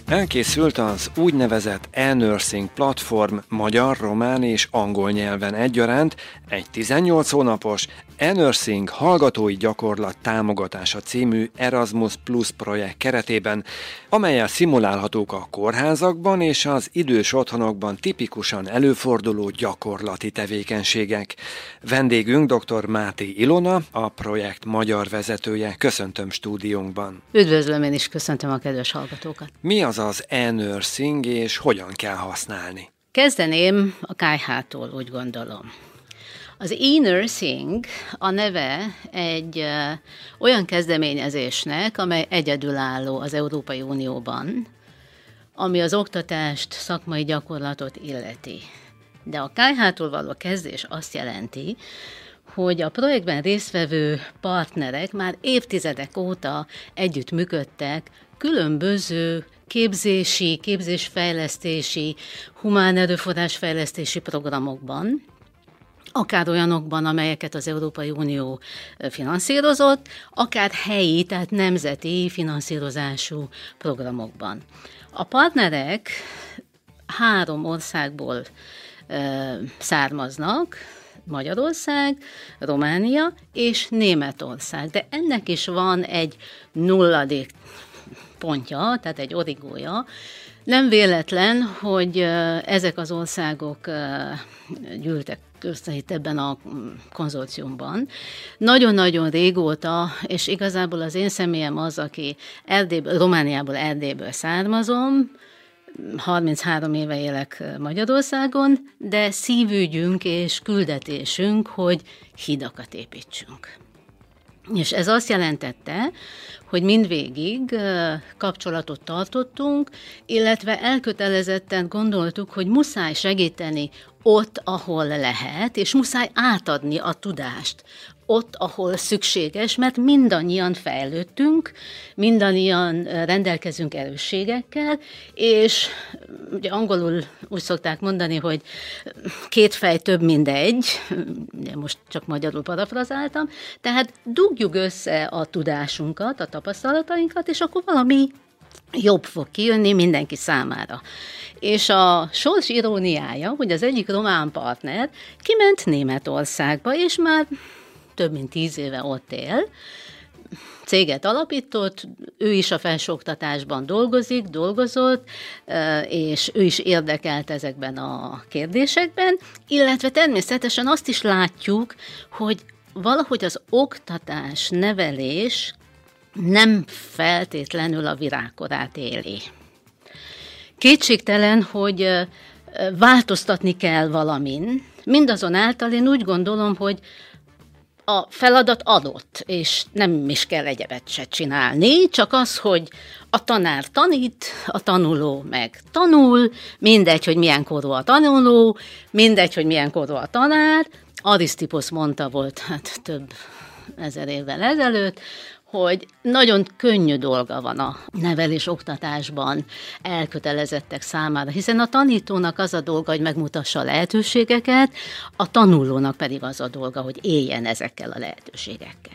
Elkészült az úgynevezett e-nursing platform magyar, román és angol nyelven egyaránt egy 18 hónapos e-nursing hallgatói gyakorlat támogatása című Erasmus Plus projekt keretében, amellyel szimulálhatók a kórházakban és az idős otthonokban tipikusan előforduló gyakorlati tevékenységek. Vendégünk dr. Máté Ilona, a projekt magyar vezetője. Köszöntöm stúdiónkban. Üdvözlöm, én is köszöntöm a kedves hallgatókat. Mi az e-nursing és hogyan kell használni? Kezdeném a KH-tól, úgy gondolom. Az e-nursing a neve egy olyan kezdeményezésnek, amely egyedülálló az Európai Unióban, ami az oktatást, szakmai gyakorlatot illeti. De a KH-tól való kezdés azt jelenti, hogy a projektben résztvevő partnerek már évtizedek óta együttműködtek különböző képzésfejlesztési, humán erőforrásfejlesztési programokban, akár olyanokban, amelyeket az Európai Unió finanszírozott, akár helyi, tehát nemzeti finanszírozású programokban. A partnerek 3 országból származnak, Magyarország, Románia és Németország, de ennek is van egy nulladik pontja, tehát egy origója. Nem véletlen, hogy ezek az országok gyűltek össze itt ebben a konzorciumban. Nagyon-nagyon régóta, és igazából az én személyem az, aki Romániából, Erdélyből származom, 33 éve élek Magyarországon, de szívügyünk és küldetésünk, hogy hidakat építsünk. És ez azt jelentette, hogy mindvégig kapcsolatot tartottunk, illetve elkötelezetten gondoltuk, hogy muszáj segíteni ott, ahol lehet, és muszáj átadni a tudást ott, ahol szükséges, mert mindannyian fejlődtünk, mindannyian rendelkezünk erősségekkel, és ugye angolul úgy szokták mondani, hogy 2 fej több, mint egy, most csak magyarul parafrazáltam, tehát dugjuk össze a tudásunkat, a tapasztalatainkat, és akkor valami jobb fog kijönni mindenki számára. És a sors iróniája, hogy az egyik román partner kiment Németországba, és már több mint 10 éve ott él, céget alapított, ő is a felsőoktatásban dolgozott, és ő is érdekelt ezekben a kérdésekben, illetve természetesen azt is látjuk, hogy valahogy az oktatás, nevelés nem feltétlenül a virágkorát éli. Kétségtelen, hogy változtatni kell valamin, mindazonáltal én úgy gondolom, hogy a feladat adott, és nem is kell egyebet se csinálni, csak az, hogy a tanár tanít, a tanuló meg tanul, mindegy, hogy milyen korú a tanuló, mindegy, hogy milyen korú a tanár. Arisztiposz mondta volt több ezer évvel ezelőtt, hogy nagyon könnyű dolga van a nevelés-oktatásban elkötelezettek számára, hiszen a tanítónak az a dolga, hogy megmutassa a lehetőségeket, a tanulónak pedig az a dolga, hogy éljen ezekkel a lehetőségekkel.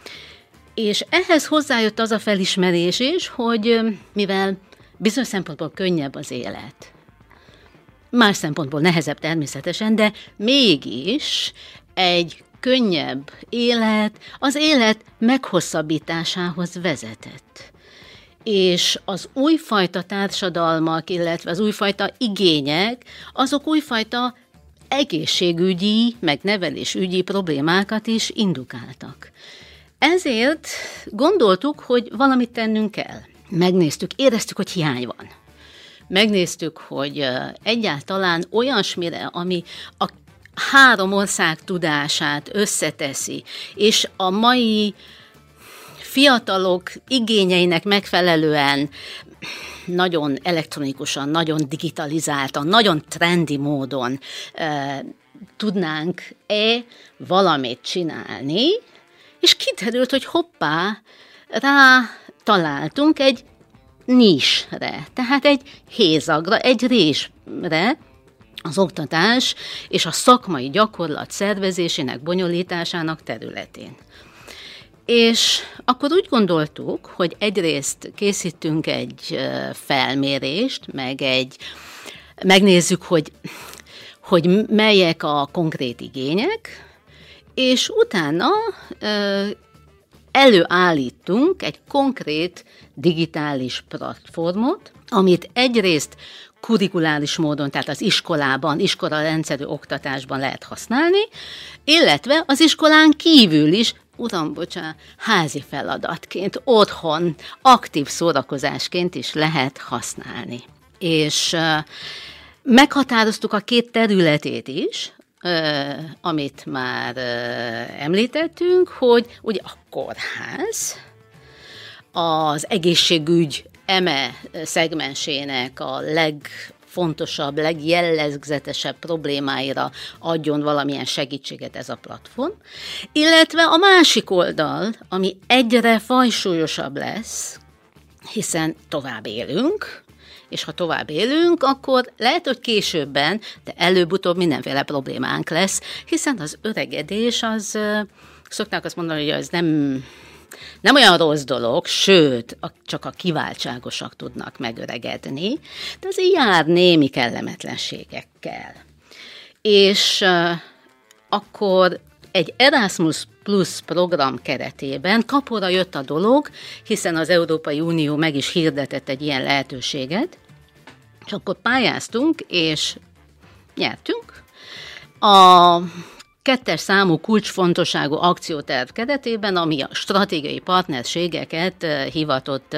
És ehhez hozzájött az a felismerés is, hogy mivel bizonyos szempontból könnyebb az élet, más szempontból nehezebb természetesen, de mégis egy könnyebb élet az élet meghosszabbításához vezetett. És az újfajta társadalmak, illetve az újfajta igények, azok újfajta egészségügyi, meg nevelésügyi problémákat is indukáltak. Ezért gondoltuk, hogy valamit tennünk kell. Megnéztük, éreztük, hogy hiány van. Megnéztük, hogy egyáltalán olyasmire, ami a 3 ország tudását összeteszi, és a mai fiatalok igényeinek megfelelően nagyon elektronikusan, nagyon digitalizáltan, nagyon trendi módon tudnánk-e valamit csinálni, és kiderült, hogy hoppá, rá találtunk egy nisre, tehát egy hézagra, egy résre, az oktatás és a szakmai gyakorlat szervezésének, bonyolításának területén. És akkor úgy gondoltuk, hogy egyrészt készítünk egy felmérést, megnézzük, hogy melyek a konkrét igények, és utána előállítunk egy konkrét digitális platformot, amit egyrészt kurikulális módon, tehát az iskolában, iskolarendszerű oktatásban lehet használni, illetve az iskolán kívül is, házi feladatként, otthon, aktív szórakozásként is lehet használni. És meghatároztuk a két területét is, amit már említettünk, hogy ugye a kórház, az egészségügy szegmensének a legfontosabb, legjellegzetesebb problémáira adjon valamilyen segítséget ez a platform, illetve a másik oldal, ami egyre fajsúlyosabb lesz, hiszen tovább élünk, és ha tovább élünk, akkor lehet, hogy későbben, de előbb-utóbb mindenféle problémánk lesz, hiszen az öregedés az, szokták azt mondani, hogy ez nem olyan rossz dolog, sőt, csak a kiváltságosak tudnak megöregedni, de azért jár némi kellemetlenségekkel. És akkor egy Erasmus Plus program keretében kapóra jött a dolog, hiszen az Európai Unió meg is hirdetett egy ilyen lehetőséget, és akkor pályáztunk, és nyertünk. A 2. számú kulcsfontosságú akcióterv keretében, ami a stratégiai partnerségeket hivatott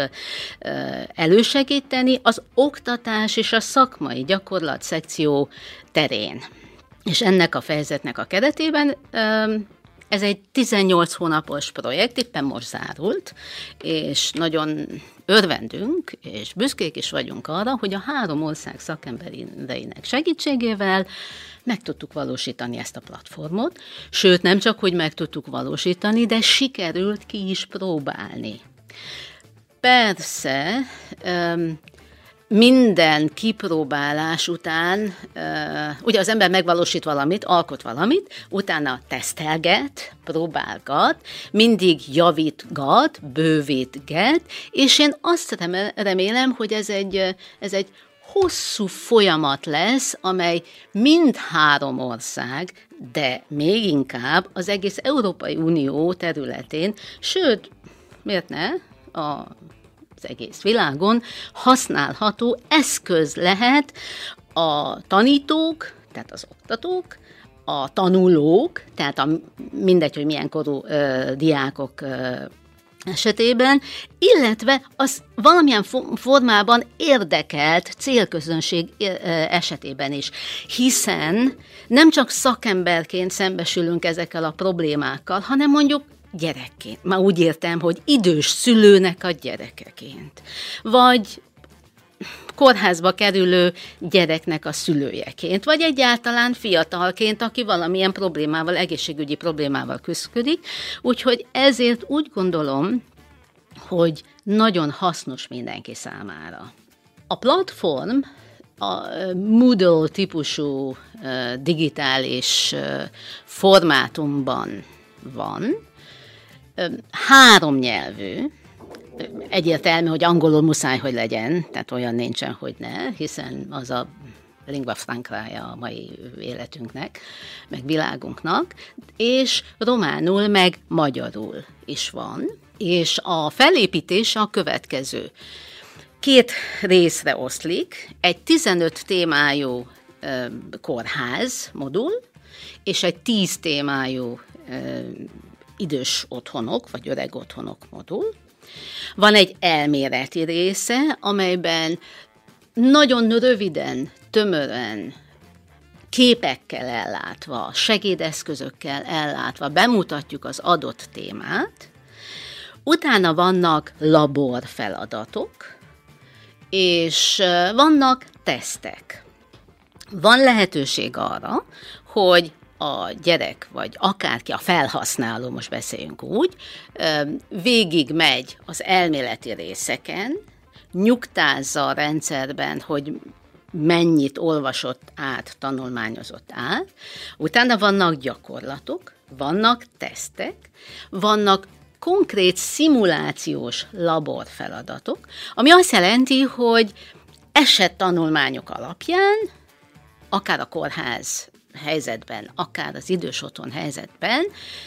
elősegíteni az oktatás és a szakmai gyakorlat szekció terén. És ennek a fejezetnek a keretében ez egy 18 hónapos projekt, éppen most zárult, és nagyon örvendünk, és büszkék is vagyunk arra, hogy a 3 ország szakembereinek segítségével meg tudtuk valósítani ezt a platformot, sőt nem csak, hogy meg tudtuk valósítani, de sikerült ki is próbálni. Persze, minden kipróbálás után, ugye az ember megvalósít valamit, alkot valamit, utána tesztelget, próbálgat, mindig javítgat, bővítget, és én azt remélem, hogy ez egy hosszú folyamat lesz, amely mind 3 ország, de még inkább az egész Európai Unió területén, sőt, miért ne, az egész világon használható eszköz lehet a tanítók, tehát az oktatók, a tanulók, tehát mindegy, hogy milyen korú diákok esetében, illetve az valamilyen formában érdekelt célközönség esetében is, hiszen nem csak szakemberként szembesülünk ezekkel a problémákkal, hanem mondjuk gyerekként. Már úgy értem, hogy idős szülőnek a gyerekeként, vagy kórházba kerülő gyereknek a szülőjeként, vagy egyáltalán fiatalként, aki valamilyen problémával, egészségügyi problémával küzdik. Úgyhogy ezért úgy gondolom, hogy nagyon hasznos mindenki számára. A platform a Moodle típusú digitális formátumban van, 3 nyelvű, egyértelmű, hogy angolul muszáj, hogy legyen, tehát olyan nincsen, hogy ne, hiszen az a lingua francája a mai életünknek, meg világunknak, és románul, meg magyarul is van, és a felépítés a következő. 2 részre oszlik, egy 15 témájú kórház modul, és egy 10 témájú idős otthonok, vagy öreg otthonok modul. Van egy elméleti része, amelyben nagyon röviden, tömören, képekkel ellátva, segédeszközökkel ellátva bemutatjuk az adott témát, utána vannak laborfeladatok, és vannak tesztek. Van lehetőség arra, hogy a gyerek, vagy akárki, a felhasználó, most beszéljünk úgy, végig megy az elméleti részeken, nyugtázza a rendszerben, hogy mennyit olvasott át, tanulmányozott át, utána vannak gyakorlatok, vannak tesztek, vannak konkrét szimulációs laborfeladatok, ami azt jelenti, hogy esettanulmányok alapján, akár a kórház helyzetben, akár az idős otthon helyzetben,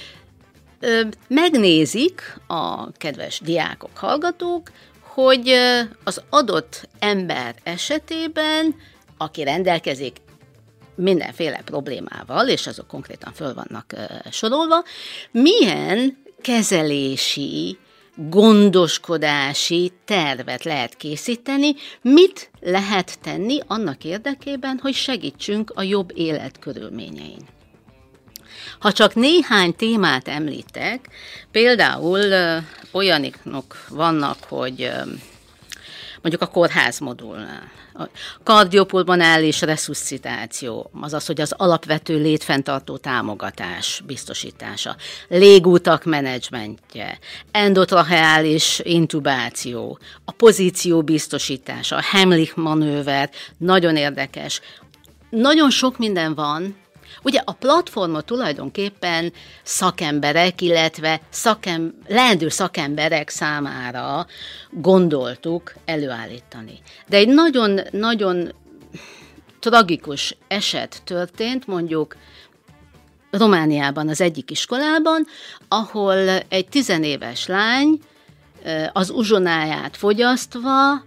megnézik a kedves diákok, hallgatók, hogy az adott ember esetében, aki rendelkezik mindenféle problémával, és azok konkrétan föl vannak sorolva, milyen kezelési, gondoskodási tervet lehet készíteni, mit lehet tenni annak érdekében, hogy segítsünk a jobb életkörülményein. Ha csak néhány témát említek, például olyanok vannak, hogy mondjuk a kórházmodulnál, a kardiopulmonális resuscitáció, azaz, hogy az alapvető létfenntartó támogatás biztosítása, légútak menedzsmentje, endotracheális intubáció, a pozíció biztosítása, a Heimlich manőver, nagyon érdekes. Nagyon sok minden van. Ugye a platformot tulajdonképpen szakemberek, illetve leendő szakemberek számára gondoltuk előállítani. De egy nagyon tragikus eset történt, mondjuk Romániában, az egyik iskolában, ahol egy 10 éves lány az uzsonáját fogyasztva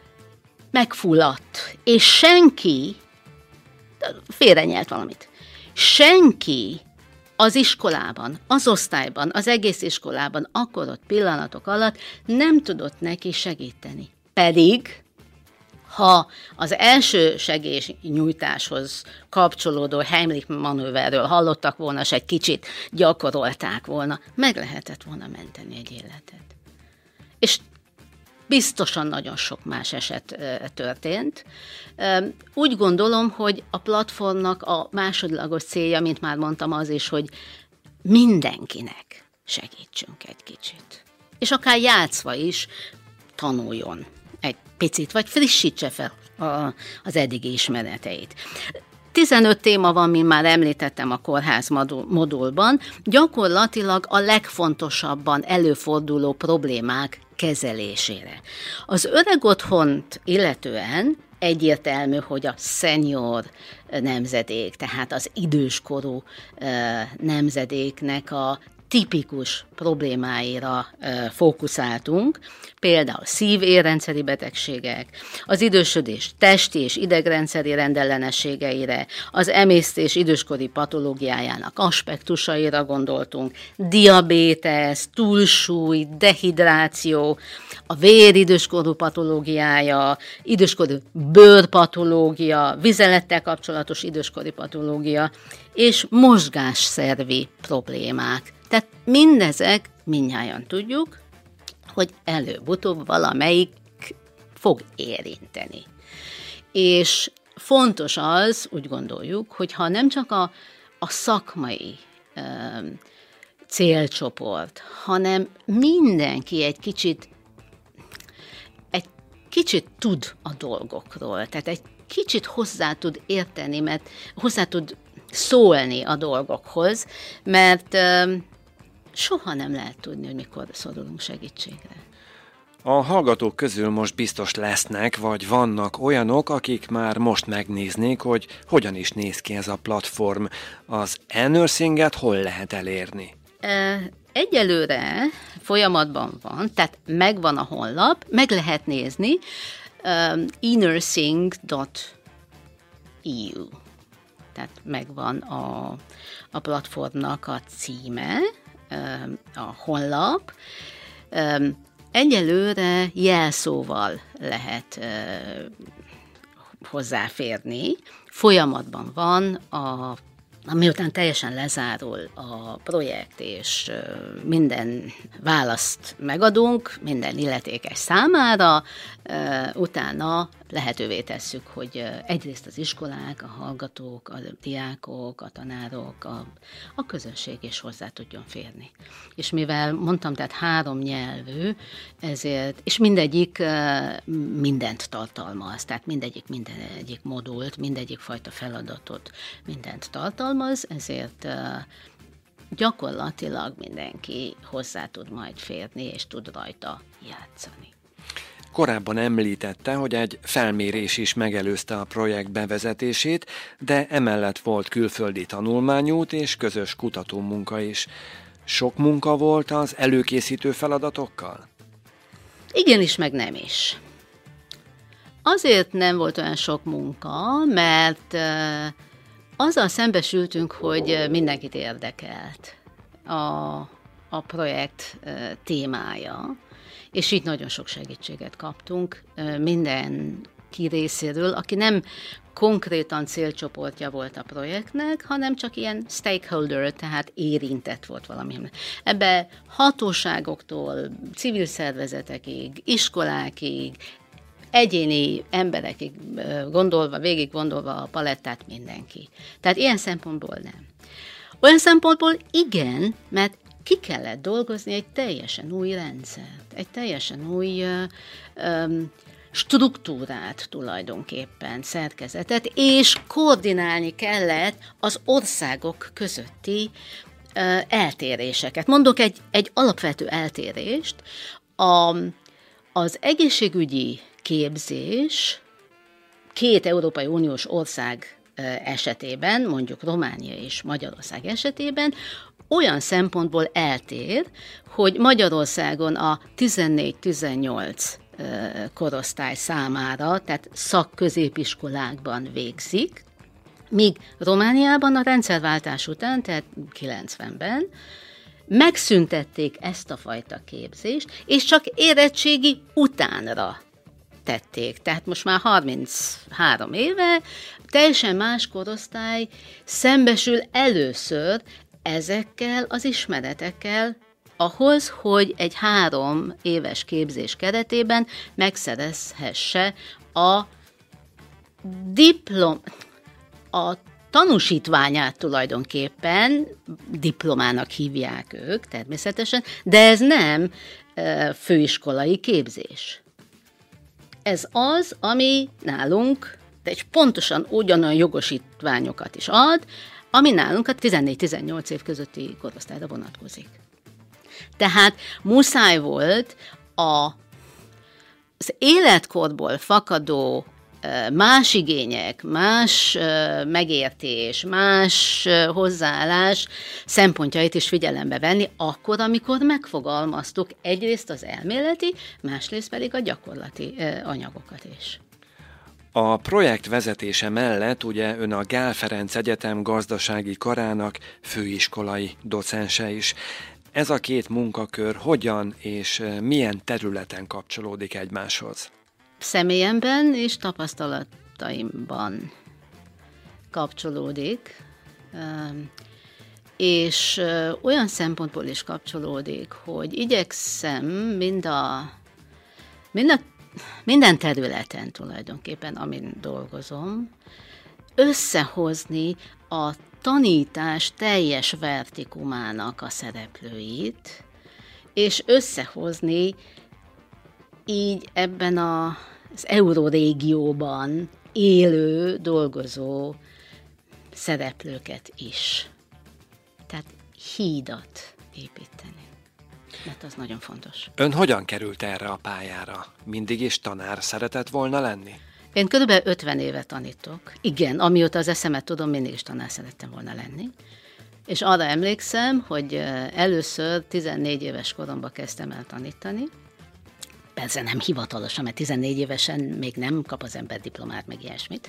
megfulladt, és senki félrenyelt valamit. Senki az iskolában, az osztályban, az egész iskolában akkor ott pillanatok alatt nem tudott neki segíteni. Pedig, ha az első segélynyújtáshoz kapcsolódó Heimlich manőverről hallottak volna, és egy kicsit gyakorolták volna, meg lehetett volna menteni egy életet. És biztosan nagyon sok más eset történt. Úgy gondolom, hogy a platformnak a másodlagos célja, mint már mondtam, az is, hogy mindenkinek segítsünk egy kicsit. És akár játszva is tanuljon egy picit, vagy frissítse fel az eddigi ismereteit. 15 téma van, mint már említettem a kórház modulban, gyakorlatilag a legfontosabban előforduló problémák kezelésére. Az öreg otthont illetően egyértelmű, hogy a senior nemzedék, tehát az időskorú nemzedéknek a tipikus problémáira fókuszáltunk, például szív-érrendszeri betegségek, az idősödés testi és idegrendszeri rendellenességeire, az emésztés időskori patológiájának aspektusaira gondoltunk, diabétesz, túlsúly, dehidráció, a vér időskorú patológiája, időskori bőrpatológia, vizelettel kapcsolatos időskori patológia, és mozgásszervi problémák. Tehát mindezek, mindnyájan tudjuk, hogy előbb-utóbb valamelyik fog érinteni. És fontos az, úgy gondoljuk, hogy ha nem csak a szakmai célcsoport, hanem mindenki egy kicsit tud a dolgokról, tehát egy kicsit hozzá tud érteni, mert hozzá tud szólni a dolgokhoz, mert soha nem lehet tudni, hogy mikor szorulunk segítségre. A hallgatók közül most biztos lesznek, vagy vannak olyanok, akik már most megnéznék, hogy hogyan is néz ki ez a platform. Az e-nursinget hol lehet elérni? Egyelőre folyamatban van, tehát megvan a honlap, meg lehet nézni, enursing.eu. Tehát megvan a platformnak a címe, a honlap. Egyelőre jelszóval lehet hozzáférni. Folyamatban van miután teljesen lezárul a projekt, és minden választ megadunk, minden illetékes számára, utána lehetővé tesszük, hogy egyrészt az iskolák, a hallgatók, a diákok, a tanárok, a közönség is hozzá tudjon férni. És mivel mondtam, tehát 3 nyelvű, ezért, és mindegyik mindent tartalmaz, tehát mindegyik modult, mindegyik fajta feladatot, mindent tartalmaz, ezért gyakorlatilag mindenki hozzá tud majd férni, és tud rajta játszani. Korábban említette, hogy egy felmérés is megelőzte a projekt bevezetését, de emellett volt külföldi tanulmányút és közös kutatómunka is. Sok munka volt az előkészítő feladatokkal? Igenis, meg nem is. Azért nem volt olyan sok munka, mert azzal szembesültünk, hogy mindenkit érdekelt a projekt témája, és így nagyon sok segítséget kaptunk mindenki részéről, aki nem konkrétan célcsoportja volt a projektnek, hanem csak ilyen stakeholder, tehát érintett volt valami. Ebbe hatóságoktól, civil szervezetekig, iskolákig, egyéni emberekig végig gondolva a palettát mindenki. Tehát ilyen szempontból nem. Olyan szempontból igen, mert ki kellett dolgozni egy teljesen új rendszert, egy teljesen új struktúrát tulajdonképpen, szerkezetet, és koordinálni kellett az országok közötti eltéréseket. Mondok egy alapvető eltérést. Az egészségügyi képzés 2 Európai Uniós ország esetében, mondjuk Románia és Magyarország esetében olyan szempontból eltér, hogy Magyarországon a 14-18 korosztály számára, tehát szakközépiskolákban végzik, míg Romániában a rendszerváltás után, tehát 90-ben megszüntették ezt a fajta képzést, és csak érettségi utánra tették. Tehát most már 33 éve teljesen más korosztály szembesül először ezekkel az ismeretekkel ahhoz, hogy egy 3 éves képzés keretében megszerezhesse a tanúsítványát tulajdonképpen, diplomának hívják ők természetesen, de ez nem főiskolai képzés. Ez az, ami nálunk, de pontosan ugyanolyan jogosítványokat is ad, ami nálunk a 14-18 év közötti korosztályra vonatkozik. Tehát muszáj volt az életkorból fakadó más igények, más megértés, más hozzáállás szempontjait is figyelembe venni, akkor, amikor megfogalmaztuk egyrészt az elméleti, másrészt pedig a gyakorlati anyagokat is. A projekt vezetése mellett ugye ön a Gál Ferenc Egyetem gazdasági karának főiskolai docense is. Ez a 2 munkakör hogyan és milyen területen kapcsolódik egymáshoz? Személyemben és tapasztalataimban kapcsolódik, és olyan szempontból is kapcsolódik, hogy igyekszem minden területen tulajdonképpen, amin dolgozom, összehozni a tanítás teljes vertikumának a szereplőit, és összehozni így ebben az eurórégióban élő, dolgozó szereplőket is. Tehát hídat építeni. Mert az nagyon fontos. Ön hogyan került erre a pályára? Mindig is tanár szeretett volna lenni? Én körülbelül 50 éve tanítok. Igen, amióta az eszemet tudom, mindig is tanár szerettem volna lenni. És arra emlékszem, hogy először 14 éves koromban kezdtem el tanítani. Persze nem hivatalosan, mert 14 évesen még nem kap az ember diplomát, meg ilyesmit.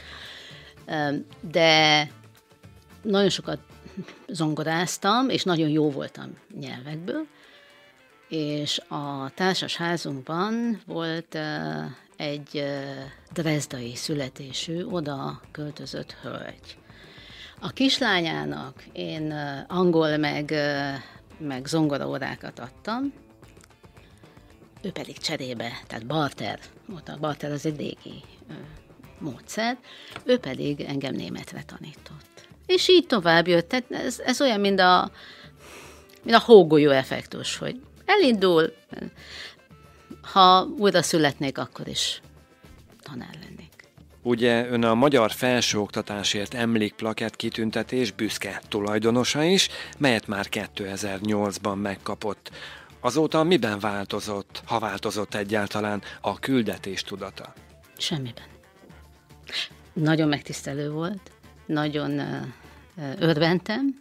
De nagyon sokat zongoráztam, és nagyon jó voltam nyelvekből. És a társasházunkban volt egy drezdai születésű, oda költözött hölgy. A kislányának én angol meg zongoraórákat adtam, ő pedig cserébe, tehát barter az egy régi módszer, ő pedig engem németre tanított. És így tovább jött, tehát ez olyan, mint a hógolyó effektus, hogy elindul, ha újra születnék, akkor is tanár lennék. Ugye ön a Magyar Felsőoktatásért Emlékplakett kitüntetés büszke tulajdonosa is, melyet már 2008-ban megkapott. Azóta miben változott, ha változott egyáltalán, a küldetés tudata? Semmiben. Nagyon megtisztelő volt, nagyon örventem.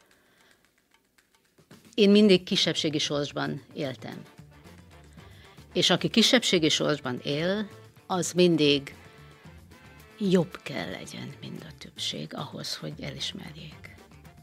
Én mindig kisebbségi sorsban éltem. És aki kisebbségi sorsban él, az mindig jobb kell legyen, mint a többség, ahhoz, hogy elismerjék.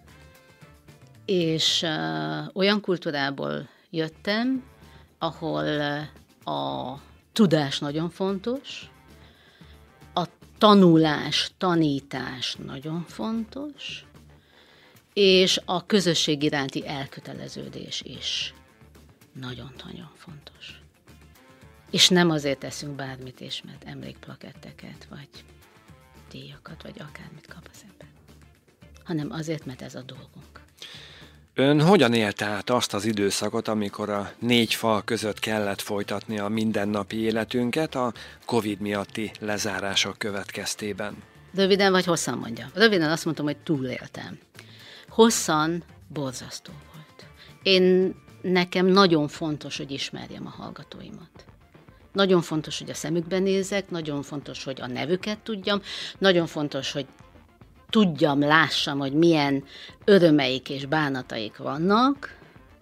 És olyan kultúrából jöttem, ahol a tudás nagyon fontos, a tanulás, tanítás nagyon fontos, és a közösség iránti elköteleződés is nagyon-nagyon fontos. És nem azért teszünk bármit is, mert emlékplaketteket, vagy díjakat, vagy akármit kap az ember, hanem azért, mert ez a dolgunk. Ön hogyan élte át azt az időszakot, amikor a 4 fal között kellett folytatni a mindennapi életünket a Covid miatti lezárások következtében? Röviden vagy hosszan mondjam? Röviden azt mondtam, hogy túléltem. Hosszan borzasztó volt. Nekem nagyon fontos, hogy ismerjem a hallgatóimat. Nagyon fontos, hogy a szemükbe nézek, nagyon fontos, hogy a nevüket tudjam, nagyon fontos, hogy tudjam, lássam, hogy milyen örömeik és bánataik vannak.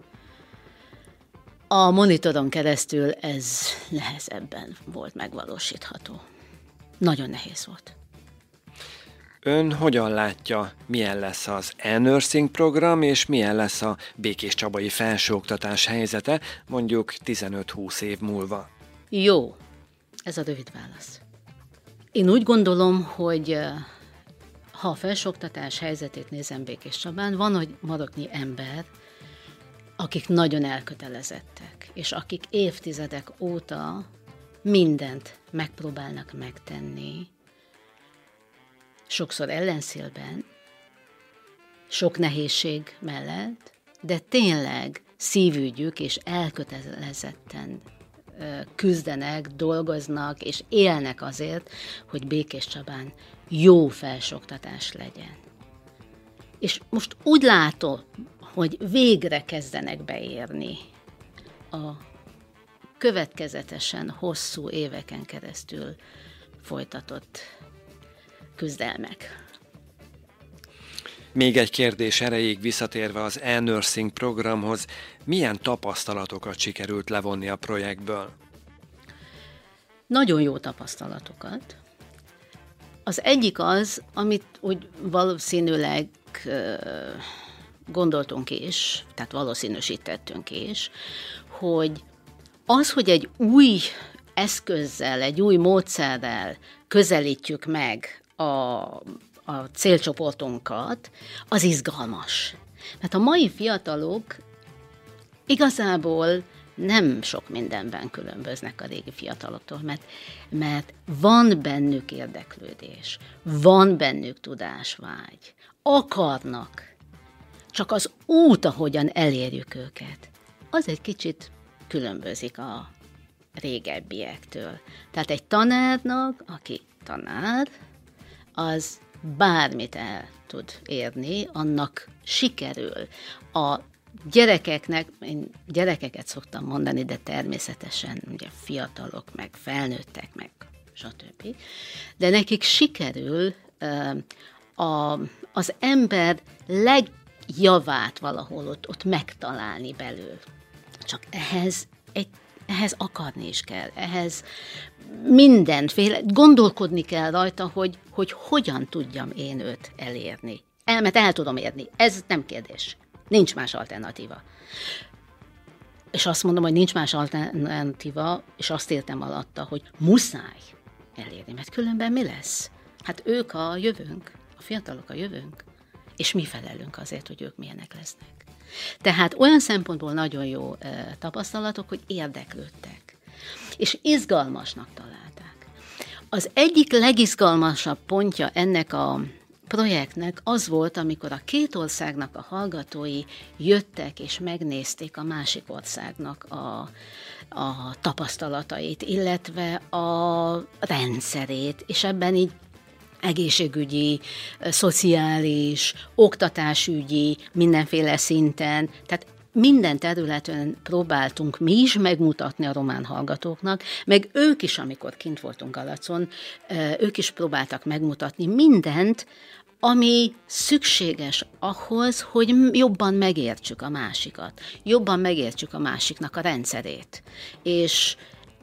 A monitoron keresztül ez nehezebben volt megvalósítható. Nagyon nehéz volt. Ön hogyan látja, milyen lesz az e-nursing program, és milyen lesz a békéscsabai felsőoktatás helyzete mondjuk 15-20 év múlva? Jó, ez a rövid válasz. Én úgy gondolom, hogy ha a felsőoktatás helyzetét nézem Békéscsabán, van, hogy maradni ember, akik nagyon elkötelezettek, és akik évtizedek óta mindent megpróbálnak megtenni, sokszor ellenszélben, sok nehézség mellett, de tényleg szívügyük és elkötelezetten küzdenek, dolgoznak és élnek azért, hogy Békéscsabán jó felsőoktatás legyen. És most úgy látom, hogy végre kezdenek beérni a következetesen hosszú éveken keresztül folytatott küzdelmek. Még egy kérdés erejéig visszatérve az e-nursing programhoz, milyen tapasztalatokat sikerült levonni a projektből? Nagyon jó tapasztalatokat. Az egyik az, amit úgy valószínűleg gondoltunk is, tehát valószínűsítettünk is, hogy az, hogy egy új eszközzel, egy új módszerrel közelítjük meg a célcsoportunkat, az izgalmas. Mert a mai fiatalok igazából nem sok mindenben különböznek a régi fiataloktól, mert van bennük érdeklődés, van bennük tudásvágy, akarnak, csak az út, ahogyan elérjük őket, az egy kicsit különbözik a régebbiektől. Tehát egy tanárnak, aki tanár, az bármit el tud érni, annak sikerül. A gyerekeknek, én gyerekeket szoktam mondani, de természetesen ugye fiatalok, meg felnőttek, meg stb. De nekik sikerül az ember legjavát valahol ott megtalálni belül. Csak ehhez akarni is kell, ehhez mindenféle, gondolkodni kell rajta, hogy hogyan tudjam én őt elérni. Mert el tudom érni, ez nem kérdés. Nincs más alternatíva. És azt mondom, hogy nincs más alternatíva, és azt értem alatta, hogy muszáj elérni, mert különben mi lesz? Hát ők a jövőnk, a fiatalok a jövőnk, és mi felelünk azért, hogy ők milyenek lesznek. Tehát olyan szempontból nagyon jó tapasztalatok, hogy érdeklődtek, és izgalmasnak találták. Az egyik legizgalmasabb pontja ennek a projektnek az volt, amikor a két országnak a hallgatói jöttek és megnézték a másik országnak a tapasztalatait, illetve a rendszerét, és ebben így egészségügyi, szociális, oktatásügyi, mindenféle szinten, tehát minden területen próbáltunk mi is megmutatni a román hallgatóknak, meg ők is, amikor kint voltunk Galacon, ők is próbáltak megmutatni mindent, ami szükséges ahhoz, hogy jobban megértsük a másikat, jobban megértsük a másiknak a rendszerét. És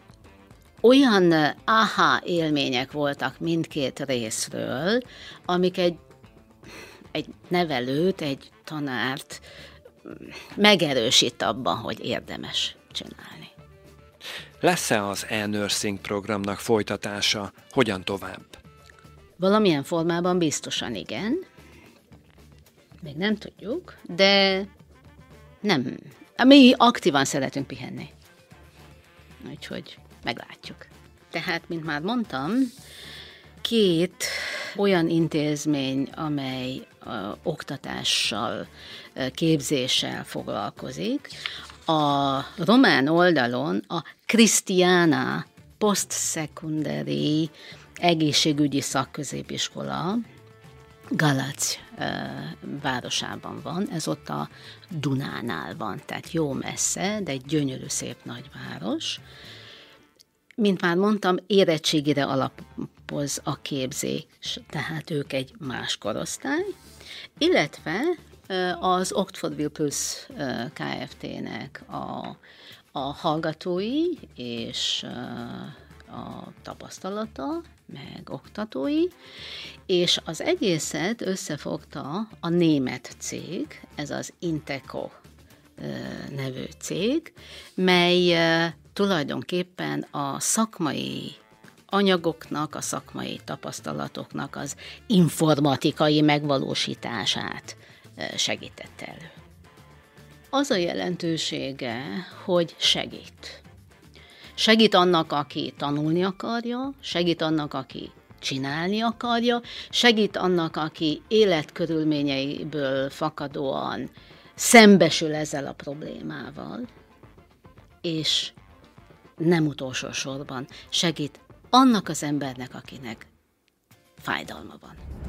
olyan aha élmények voltak mindkét részről, amik egy nevelőt, egy tanárt megerősít abban, hogy érdemes csinálni. Lesz-e az e-nursing programnak folytatása? Hogyan tovább? Valamilyen formában biztosan igen. Még nem tudjuk, de nem. Mi aktívan szeretünk pihenni. Úgyhogy meglátjuk. Tehát, mint már mondtam, 2 olyan intézmény, amely oktatással, képzéssel foglalkozik. A román oldalon a Krisztiána Postsecondary egészségügyi szakközépiskola Galac városában van, ez ott a Dunánál van, tehát jó messze, de egy gyönyörű, szép nagy város. Mint már mondtam, érettségire alapoz a képzés, tehát ők egy más korosztály, illetve az Oxford Plus Kft-nek a hallgatói és a tapasztalata, meg oktatói, és az egészet összefogta a német cég, ez az Inteco nevű cég, mely tulajdonképpen a szakmai anyagoknak, a szakmai tapasztalatoknak az informatikai megvalósítását segítette elő. Az a jelentősége, hogy segít. Segít annak, aki tanulni akarja, segít annak, aki csinálni akarja, segít annak, aki életkörülményeiből fakadóan szembesül ezzel a problémával, és nem utolsó sorban segít annak az embernek, akinek fájdalma van.